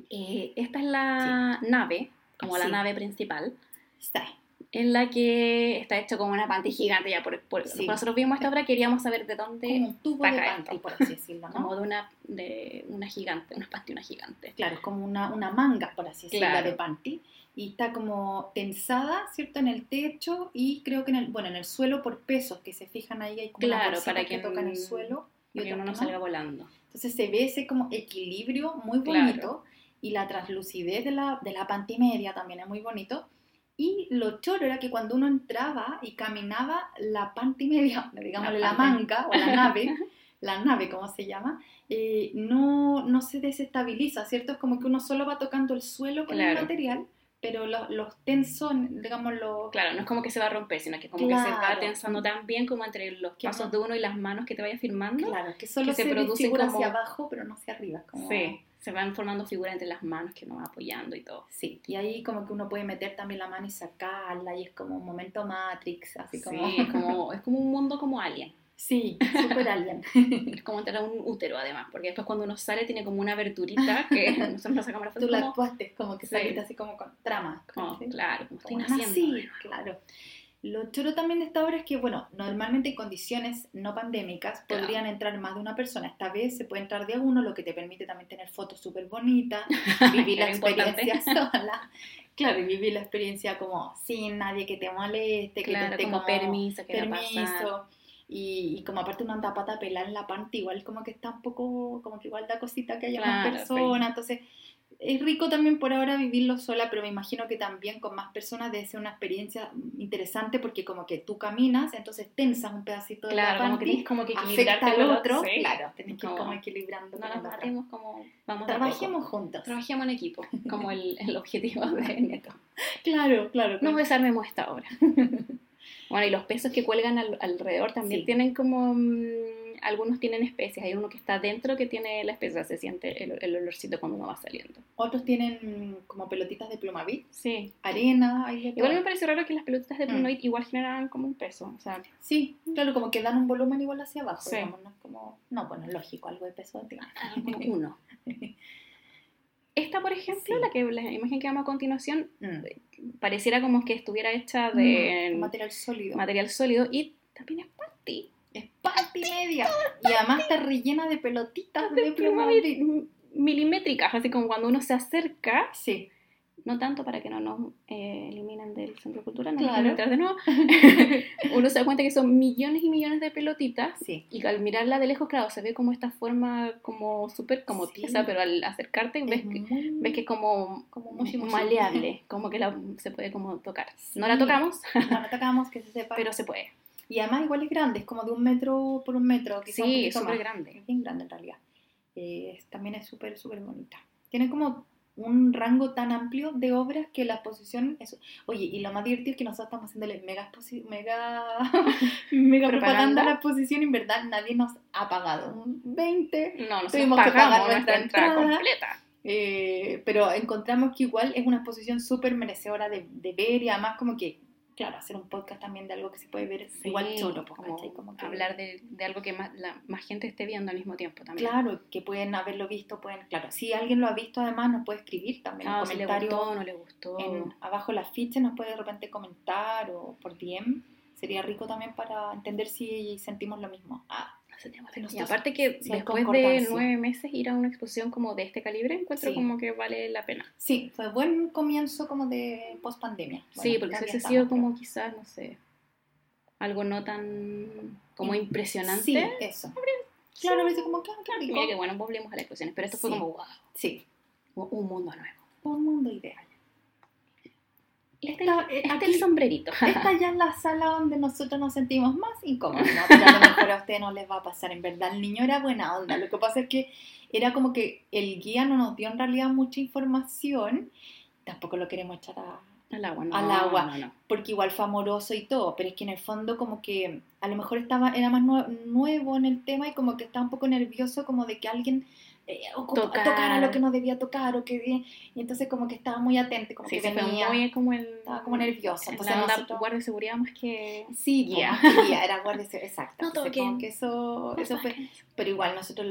S1: Esta es la nave, como la nave principal.
S2: Está ahí.
S1: En la que está hecho como una panty gigante. Ya cuando nosotros vimos esta obra queríamos saber de dónde
S2: como un tubo de panty, por así decirlo, ¿no?
S1: Como de una gigante, una panty, una gigante.
S2: Claro, es como una manga, por así decirlo, de panty. Y está como tensada, ¿cierto? En el techo y creo que en el suelo por pesos, que se fijan ahí, hay como una
S1: para que
S2: tocan el suelo.
S1: Y que uno no salga volando.
S2: Entonces se ve ese como equilibrio muy bonito y la translucidez de la panty media también es muy bonito. Y lo choro era que cuando uno entraba y caminaba, la panty media, digámosle la manga o la nave, ¿cómo se llama? No se desestabiliza, ¿cierto? Es como que uno solo va tocando el suelo con el material, pero los tensos, digámoslo...
S1: Claro, no es como que se va a romper, sino que como que se va tensando tan bien como entre los pasos de uno y las manos que te vaya firmando.
S2: Claro, que solo se produce como... hacia abajo, pero no hacia arriba. Como...
S1: Sí, se van formando figuras entre las manos que uno va apoyando y todo.
S2: Sí, y ahí como que uno puede meter también la mano y sacarla, y es como un momento Matrix, así como...
S1: Sí, es como un mundo como Alien.
S2: Sí, súper Alien.
S1: Es como entrar a un útero, además, porque después cuando uno sale tiene como una aberturita que nosotros nos sacamos la foto.
S2: Tú la actuaste, como que saliste así como con trama.
S1: ¿Sí? Claro, como estoy
S2: naciendo. Sí, claro. Lo choro también de esta obra es que, bueno, normalmente en condiciones no pandémicas podrían entrar más de una persona. Esta vez se puede entrar de a uno, lo que te permite también tener fotos súper bonitas, vivir la experiencia sola. Claro, y vivir la experiencia como sin nadie que te moleste, que te esté como
S1: permiso.
S2: Y como aparte uno anda a pata pelada en la panty, igual como que está un poco, como que igual da cosita que haya más personas, entonces es rico también por ahora vivirlo sola, pero me imagino que también con más personas debe ser una experiencia interesante porque como que tú caminas, entonces tensas un pedacito de la panty,
S1: como que equilibrarte
S2: al otro,
S1: sí.
S2: Claro, tenés que ir como equilibrando.
S1: No nos matemos como vamos
S2: trabajemos juntos.
S1: Trabajemos en equipo, como el objetivo de Neto.
S2: Claro.
S1: No desarmemos esta obra. Bueno, y los pesos que cuelgan alrededor también tienen como algunos tienen especies, hay uno que está dentro que tiene la especia, se siente el olorcito cuando uno va saliendo.
S2: Otros tienen como pelotitas de Plumavit.
S1: Sí.
S2: Arena, hay de todo.
S1: Igual me parece raro que las pelotitas de Plumavit igual generan como un peso, o sea.
S2: Sí, claro, como que dan un volumen igual hacia abajo,
S1: sí.
S2: digamos, no es como... No, bueno, lógico, algo de peso de
S1: como uno. Esta, por ejemplo, la imagen que vamos a continuación, pareciera como que estuviera hecha de
S2: material sólido.
S1: Material sólido y también es panty.
S2: Es panty media. Y además está rellena de pelotitas de Plumavit
S1: milimétricas, así como cuando uno se acerca.
S2: Sí.
S1: No tanto para que no nos eliminen del centro cultural, no
S2: claro.
S1: Entrar de nuevo. Uno se da cuenta que son millones y millones de pelotitas.
S2: Sí.
S1: Y al mirarla de lejos, claro, se ve como esta forma como súper como tiesa, pero al acercarte ves que es como
S2: muy
S1: maleable, como que se puede como tocar. Sí. No la tocamos.
S2: No la tocamos, que se sepa.
S1: Pero se puede.
S2: Y además igual es grande, es como de 1 metro por 1 metro.
S1: Sí, es súper grande.
S2: Es bien grande en realidad. También es súper, súper bonita. Tiene como un rango tan amplio de obras que la exposición es... Oye, y lo más divertido es que nosotros estamos haciéndole mega propaganda a la exposición y en verdad nadie nos ha pagado. Un 20.
S1: No,
S2: tuvimos que pagar nuestra
S1: entrada completa.
S2: Pero encontramos que igual es una exposición súper merecedora de ver y además como que, claro, hacer un podcast también de algo que se puede ver igual choro,
S1: como que hablar de algo que más gente esté viendo al mismo tiempo también.
S2: Claro, que pueden haberlo visto, claro, si alguien lo ha visto además nos puede escribir también en comentarios.
S1: Si le gustó, no le gustó.
S2: Abajo la ficha nos puede de repente comentar o por DM, sería rico también para entender si sentimos lo mismo.
S1: Y aparte que después de 9 meses ir a una exposición como de este calibre, encuentro como que vale la pena.
S2: Sí, fue buen comienzo como de post pandemia.
S1: Sí, porque si hubiese sido como quizás, no sé, algo no tan como impresionante.
S2: Sí, eso. Claro, a veces como que rico.
S1: Mira que bueno, volvemos a las exposiciones, pero esto fue como wow.
S2: Sí.
S1: Un mundo nuevo.
S2: Un mundo ideal.
S1: Este es el sombrerito.
S2: Esta ya es la sala donde nosotros nos sentimos más incómodos, ¿no? Pero a lo mejor a ustedes no les va a pasar. En verdad, el niño era buena onda. Lo que pasa es que era como que el guía no nos dio en realidad mucha información. Tampoco lo queremos echar
S1: al agua.
S2: No. Porque igual fue amoroso y todo. Pero es que en el fondo como que a lo mejor era más nuevo en el tema y como que estaba un poco nervioso como de que alguien... tocara lo que no debía tocar y entonces como que estaba muy atento, como que venía estaba como nervioso, entonces
S1: guardia de seguridad más que
S2: guía, era guardia de seguridad, exacto, como que eso fue, pero igual nosotros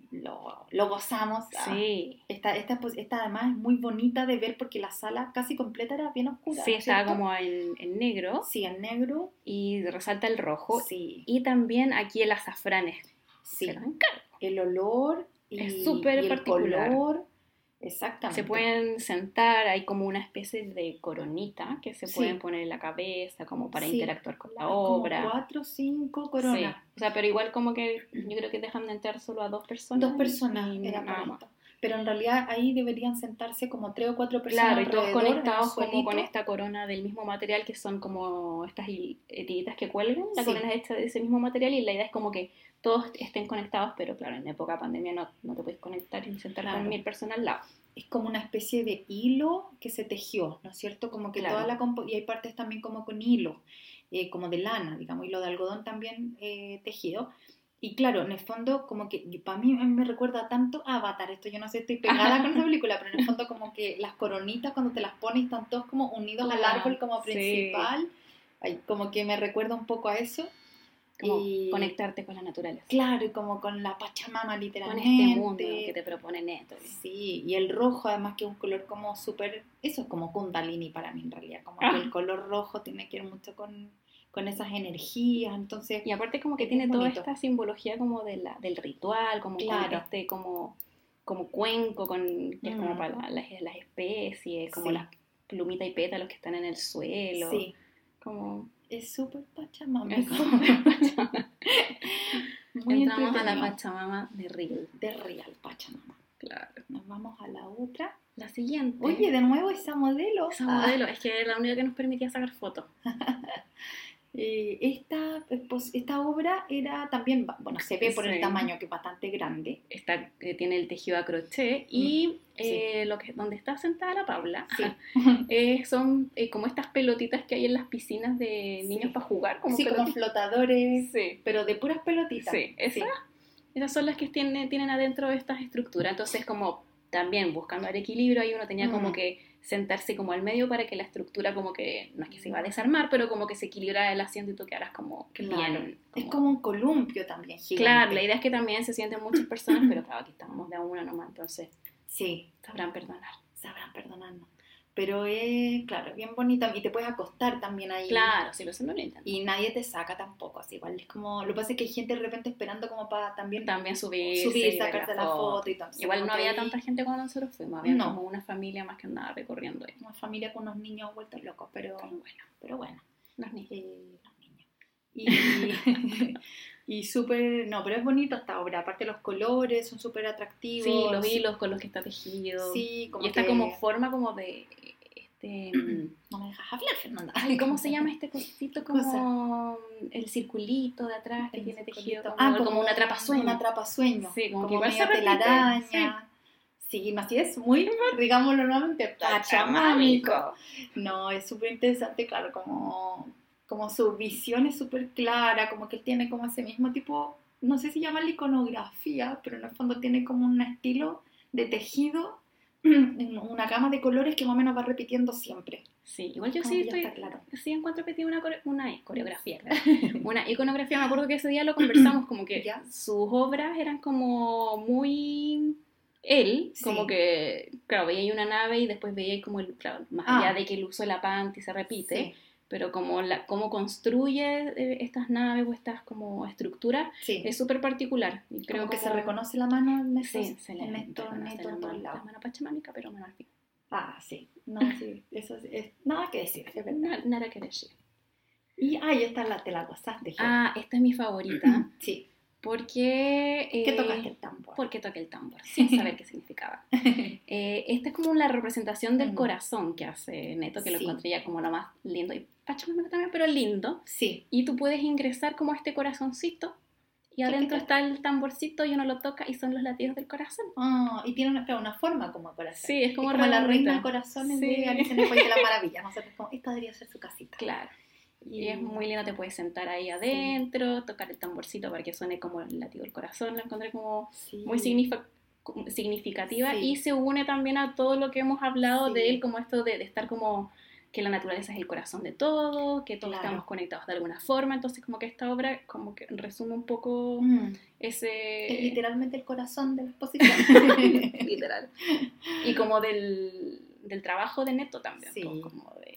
S2: lo gozamos.
S1: Sí.
S2: Esta además es muy bonita de ver porque la sala casi completa era bien oscura.
S1: Sí, estaba como en negro.
S2: Sí, en negro.
S1: Y resalta el rojo.
S2: Sí.
S1: Y también aquí el azafrán.
S2: Sí. El olor
S1: es súper particular.
S2: El color. Exactamente.
S1: Se pueden sentar, hay como una especie de coronita que se pueden poner en la cabeza como para interactuar con la obra.
S2: Como 4 o 5 coronas.
S1: Sí. O sea, pero igual como que yo creo que dejan de entrar solo a 2 personas.
S2: 2 personas, era bonito. Pero en realidad ahí deberían sentarse como 3 o 4 personas.
S1: Claro, y todos conectados como con esta corona del mismo material que son como estas tiritas que cuelgan. La corona es hecha de ese mismo material y la idea es como que todos estén conectados, pero claro, en época de pandemia no te puedes conectar y sentar con 1000 personas al lado.
S2: Es como una especie de hilo que se tejió, ¿no es cierto? Como que toda y hay partes también como con hilo, como de lana, digamos, hilo de algodón también tejido. Y claro, en el fondo, como que para mí me recuerda tanto a Avatar. Esto yo no sé, estoy pegada con esa película, pero en el fondo como que las coronitas cuando te las pones están todos como unidos al árbol como principal. Ay, como que me recuerda un poco a eso.
S1: Como conectarte con la naturaleza.
S2: Claro, y como con la Pachamama literalmente.
S1: Con este mundo que te propone Neto.
S2: Sí, y el rojo además que es un color como súper, eso es como Kundalini para mí en realidad, como que el color rojo tiene que ver mucho con esas energías, entonces...
S1: Y aparte como que tiene toda esta simbología como del ritual, como con este como cuenco, que es como para las especies, como las plumitas y pétalos que están en el suelo.
S2: Sí.
S1: Como...
S2: Es súper Pachamama.
S1: Muy entramos a la Pachamama de Real.
S2: De Real Pachamama.
S1: Claro.
S2: Nos vamos a la otra.
S1: La siguiente.
S2: Oye, de nuevo esa modelo.
S1: Esa modelo, es que era la única que nos permitía sacar fotos.
S2: Esta obra era también, bueno, se ve por el tamaño que es bastante grande.
S1: Tiene el tejido a crochet y donde está sentada la Paula son como estas pelotitas que hay en las piscinas de niños para jugar.
S2: Como flotadores, pero de puras pelotitas.
S1: Sí, esas son las que tienen adentro estas estructuras. Entonces, como también buscando el equilibrio, ahí uno tenía como que sentarse como al medio para que la estructura como que, no es que se iba a desarmar, pero como que se equilibrara el asiento y tú quedaras como bien.
S2: Es como un columpio también gigante.
S1: Claro, la idea es que también se sienten muchas personas, pero claro, aquí estábamos de a una nomás, entonces sabrán
S2: perdonarnos. Pero es, claro, es bien bonita y te puedes acostar también ahí.
S1: Claro, sí, lo sé, no lo intento.
S2: Y nadie te saca tampoco, así igual es como, lo que pasa es que hay gente de repente esperando como para también
S1: subir,
S2: sacarte la foto y todo.
S1: Igual no había tanta gente cuando nosotros fuimos, había como una familia más que andaba recorriendo ahí.
S2: Una familia con unos niños vueltos locos, pero bueno.
S1: Los niños.
S2: Y súper, no, pero es bonito esta obra, aparte los colores son súper atractivos.
S1: Sí, los hilos con los que está tejido.
S2: Sí, como
S1: y esta como forma como de...
S2: No me dejas hablar, Fernanda.
S1: Ay, ¿cómo se llama este cosito? Como el circulito de atrás que tiene tejido como un atrapasueño.
S2: Un atrapasueño.
S1: Sí, como que igual se
S2: telaraña. Sí, así es, muy, digámoslo nuevamente, pachamámico. No, es súper interesante, claro, como su visión es súper clara, como que él tiene como ese mismo tipo, no sé si llama la iconografía, pero en el fondo tiene como un estilo de tejido, una gama de colores que más o menos va repitiendo siempre.
S1: Sí, igual yo sí encuentro que tiene una coreografía, claro. Una iconografía. Me acuerdo que ese día lo conversamos, como que sus obras eran como muy... Él, como que, claro, veía ahí una nave y después veía ahí como, más allá de que el uso de la panty se repite, pero como cómo construye estas naves o estas como estructuras es súper particular. Y creo
S2: que se reconoce la mano en
S1: esto, la mano pachamámica, pero mano al fin.
S2: Sí. No, sí. Eso es nada que decir, es verdad.
S1: Nada que decir.
S2: Y esta te la gozaste.
S1: Esta es mi favorita.
S2: Sí.
S1: Porque...
S2: ¿Qué tocaste el tambor?
S1: Porque toqué el tambor, sin saber qué significaba. Esta es como la representación del corazón que hace Neto, que lo encontré ya como lo más lindo. Y pachamámico también, pero lindo.
S2: Sí.
S1: Y tú puedes ingresar como a este corazoncito. Y adentro está el tamborcito y uno lo toca y son los latidos del corazón.
S2: Y tiene una forma como corazón.
S1: Sí, es como
S2: la reina del corazón de Alicia en el País de las Maravillas. No sé, esta debería ser su casita.
S1: Claro. Y es muy lindo, te puedes sentar ahí adentro, tocar el tamborcito para que suene como el latido del corazón. La encontré como muy significativa y se une también a todo lo que hemos hablado de él, como esto de estar como que la naturaleza es el corazón de todo, que todos estamos conectados de alguna forma. Entonces como que esta obra como que resume un poco ese...
S2: Es literalmente el corazón de la exposición.
S1: Literal. Y como del trabajo de Neto también, pues, como de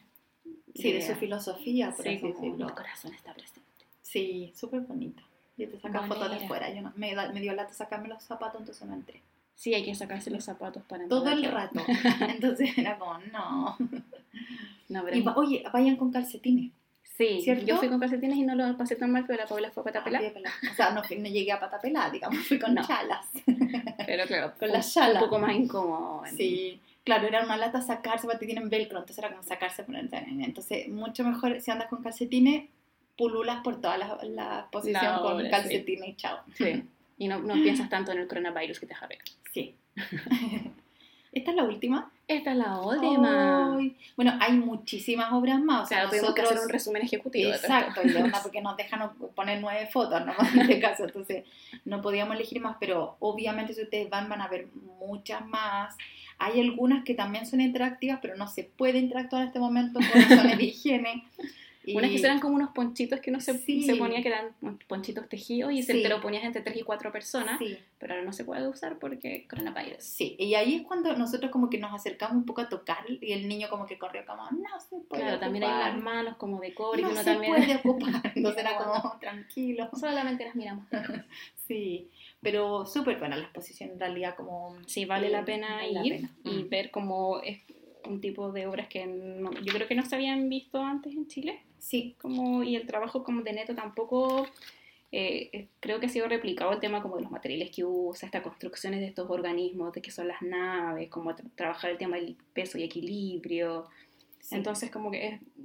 S2: su filosofía. Por así decirlo.
S1: El corazón está presente.
S2: Sí, súper bonito. Yo te saco fotos de fuera. Yo me dio lata sacarme los zapatos, entonces no entré.
S1: Sí, hay que sacarse los zapatos para entrar.
S2: Todo el rato. Entonces era como, no.
S1: Pero...
S2: Oye, vayan con calcetines.
S1: Sí,
S2: ¿cierto?
S1: Yo fui con calcetines y no lo pasé tan mal, pero la Paula fue a pata pelada.
S2: O sea, no llegué a pata pelada, digamos, fui con chalas.
S1: Pero claro,
S2: con las chalas.
S1: Un poco más incómodo.
S2: Sí. Claro, era una lata sacarse porque tienen velcro, entonces era como sacarse, entonces mucho mejor si andas con calcetines, pululas por toda la posición con calcetines y chao.
S1: Sí. Y no piensas tanto en el coronavirus que te jarrea.
S2: Sí. ¿Esta es la última?
S1: Esta es la última.
S2: Bueno, hay muchísimas obras más.
S1: O sea, tuvimos que hacer un resumen ejecutivo.
S2: Exacto, porque nos dejan poner 9 fotos, ¿no? En este caso, entonces no podíamos elegir más, pero obviamente si ustedes van a ver muchas más. Hay algunas que también son interactivas, pero no se puede interactuar en este momento por razones de higiene.
S1: Unas que eran como unos ponchitos que uno se ponía, que eran ponchitos tejidos y te lo ponías entre 3 y 4 personas, pero ahora no se puede usar porque coronavirus.
S2: Sí, y ahí es cuando nosotros como que nos acercamos un poco a tocar y el niño como que corrió como, no se puede ocupar.
S1: También hay unas manos como de cobre
S2: no
S1: que uno
S2: se
S1: también...
S2: puede ocupar, entonces era como tranquilo.
S1: Solamente las miramos.
S2: Sí, pero súper buena la exposición en realidad como...
S1: Sí, vale la pena ir y ver cómo es un tipo de obras que yo creo que no se habían visto antes en Chile.
S2: Sí.
S1: Y el trabajo como de Neto tampoco creo que ha sido replicado el tema como de los materiales que usa, estas construcciones de estos organismos, de que son las naves, como trabajar el tema del peso y equilibrio. Sí. Entonces como que es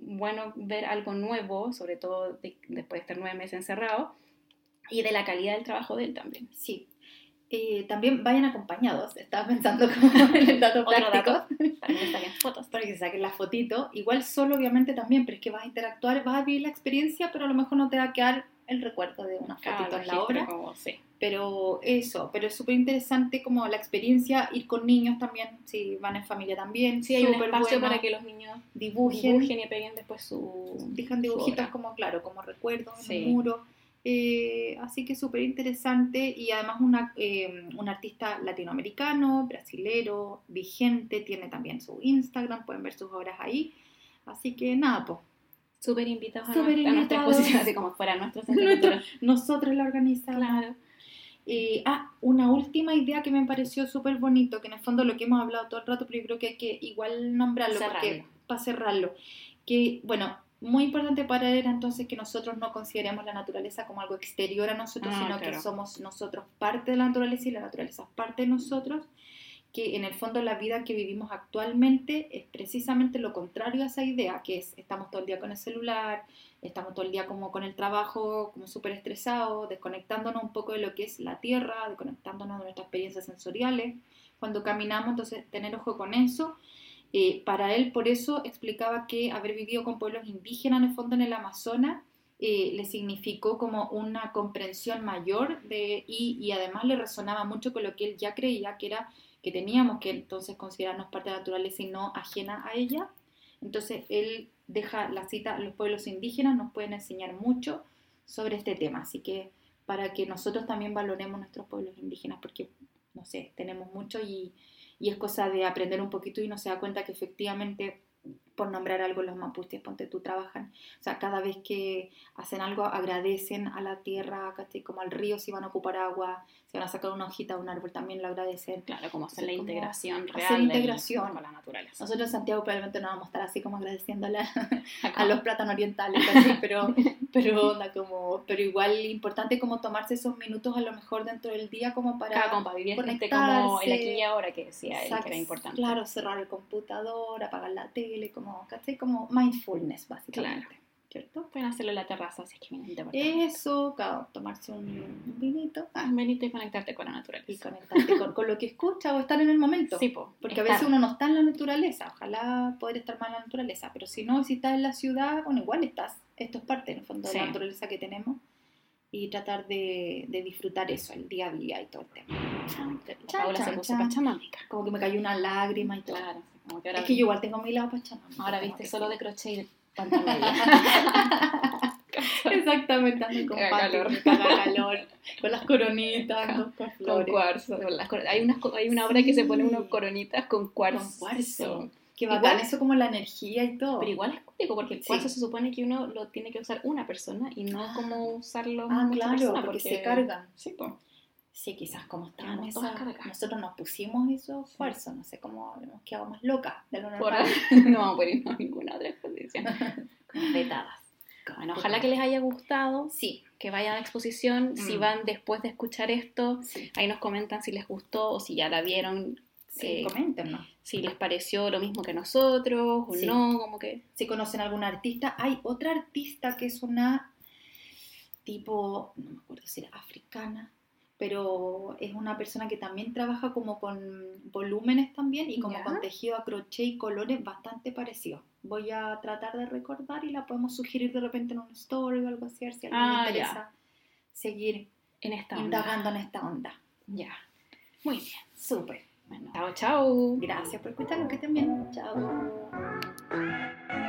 S1: bueno ver algo nuevo, sobre todo después de estar 9 meses encerrado, y de la calidad del trabajo de él también.
S2: Sí. También vayan acompañados, estaba pensando como en el dato práctico,
S1: para que saquen fotos,
S2: para que se saquen la fotito, igual solo obviamente también, pero es que vas a interactuar, vas a vivir la experiencia, pero a lo mejor no te va a quedar el recuerdo de una fotito en la obra,
S1: sí.
S2: Pero es súper interesante como la experiencia, ir con niños también, si van en familia también,
S1: sí, hay un espacio para que los niños dibujen y peguen después
S2: dejan dibujitos como, claro, como recuerdos en el muro. Así que súper interesante, y además un artista latinoamericano, brasilero, vigente, tiene también su Instagram, pueden ver sus obras ahí, así que nada, pues.
S1: Súper invitados a nuestra exposición, así como fuera nuestro centro.
S2: Nosotros la organizamos.
S1: Claro.
S2: Una última idea que me pareció súper bonito, que en el fondo lo que hemos hablado todo el rato, pero yo creo que hay que igual nombrarlo, para cerrarlo, que bueno, muy importante para él era entonces que nosotros no consideremos la naturaleza como algo exterior a nosotros, sino que somos nosotros parte de la naturaleza y la naturaleza es parte de nosotros, que en el fondo la vida que vivimos actualmente es precisamente lo contrario a esa idea, que es estamos todo el día con el celular, estamos todo el día como con el trabajo, como súper estresados, desconectándonos un poco de lo que es la tierra, desconectándonos de nuestras experiencias sensoriales. Cuando caminamos, entonces tener ojo con eso. Para él, por eso, explicaba que haber vivido con pueblos indígenas en el fondo en el Amazonas le significó como una comprensión mayor y además le resonaba mucho con lo que él ya creía, que era que teníamos que entonces considerarnos parte de la naturaleza y no ajena a ella. Entonces él deja la cita: los pueblos indígenas nos pueden enseñar mucho sobre este tema, así que para que nosotros también valoremos nuestros pueblos indígenas, porque no sé, tenemos mucho y es cosa de aprender un poquito, y uno se da cuenta que efectivamente, por nombrar algo, los mapuches, ponte tú, trabajan, o sea, cada vez que hacen algo agradecen a la tierra, ¿cachai? Como al río, si van a ocupar agua, si van a sacar una hojita de un árbol, también lo agradecen.
S1: Claro, como hacer la integración real
S2: hacer integración
S1: con la naturaleza.
S2: Nosotros en Santiago probablemente no vamos a estar así como agradeciéndole a los plátanos orientales, ¿cachai? pero igual importante como tomarse esos minutos a lo mejor dentro del día como para
S1: vivir como el aquí y ahora que decía él, que era importante.
S2: Claro, cerrar el computador, apagar la tele, como, ¿cachai? Como mindfulness, básicamente.
S1: Claro.
S2: ¿Cierto?
S1: Pueden hacerlo en la terraza, así es que viene
S2: importante. Eso, claro, tomarse un vinito.
S1: Un vinito y conectarte con la naturaleza.
S2: Y conectarte con lo que escucha o estar en el momento.
S1: Sí,
S2: porque a veces uno no está en la naturaleza, ojalá poder estar más en la naturaleza, pero si no, si estás en la ciudad, bueno, igual estás. Esto es parte, en el fondo, de la naturaleza que tenemos, y tratar de disfrutar eso, el día a día y todo el tema.
S1: Paula se puso pachamámica.
S2: Como que me cayó una lágrima y todo.
S1: Claro, como que ahora
S2: es que yo igual tengo mi lado pachamámica.
S1: Ahora viste solo de crochet y pantalla.
S2: Exactamente, ando con calor, con las coronitas, con flores.
S1: Con cuarzo. Hay una obra que se pone unas coronitas con cuarzo.
S2: Con cuarzo. Que bacán, eso como la energía y todo.
S1: Pero igual es código, porque el cuarzo se supone que uno lo tiene que usar una persona y no como usarlo
S2: muchas personas, porque se cargan.
S1: Sí, pues.
S2: Sí, quizás como estábamos nosotros nos pusimos esos cuarzos, no sé cómo hemos quedado más locas de lo normal.
S1: No vamos a poner ninguna otra exposición. Como vetadas. Bueno, ojalá que les haya gustado.
S2: Sí.
S1: Que vayan a la exposición. Si van después de escuchar esto, ahí nos comentan si les gustó o si ya la vieron.
S2: Sí, coméntenos.
S1: Si les pareció lo mismo que nosotros o no, como que...
S2: Si conocen a alguna artista. Hay otra artista que es una tipo, no me acuerdo si era africana, pero es una persona que también trabaja como con volúmenes también y como con tejido a crochet y colores bastante parecidos. Voy a tratar de recordar y la podemos sugerir de repente en un story o algo así, a ver si a alguien le interesa seguir indagando en esta onda.
S1: Ya. Muy bien.
S2: Súper.
S1: Bueno, chao.
S2: Gracias por escucharnos, que estén bien. Chao.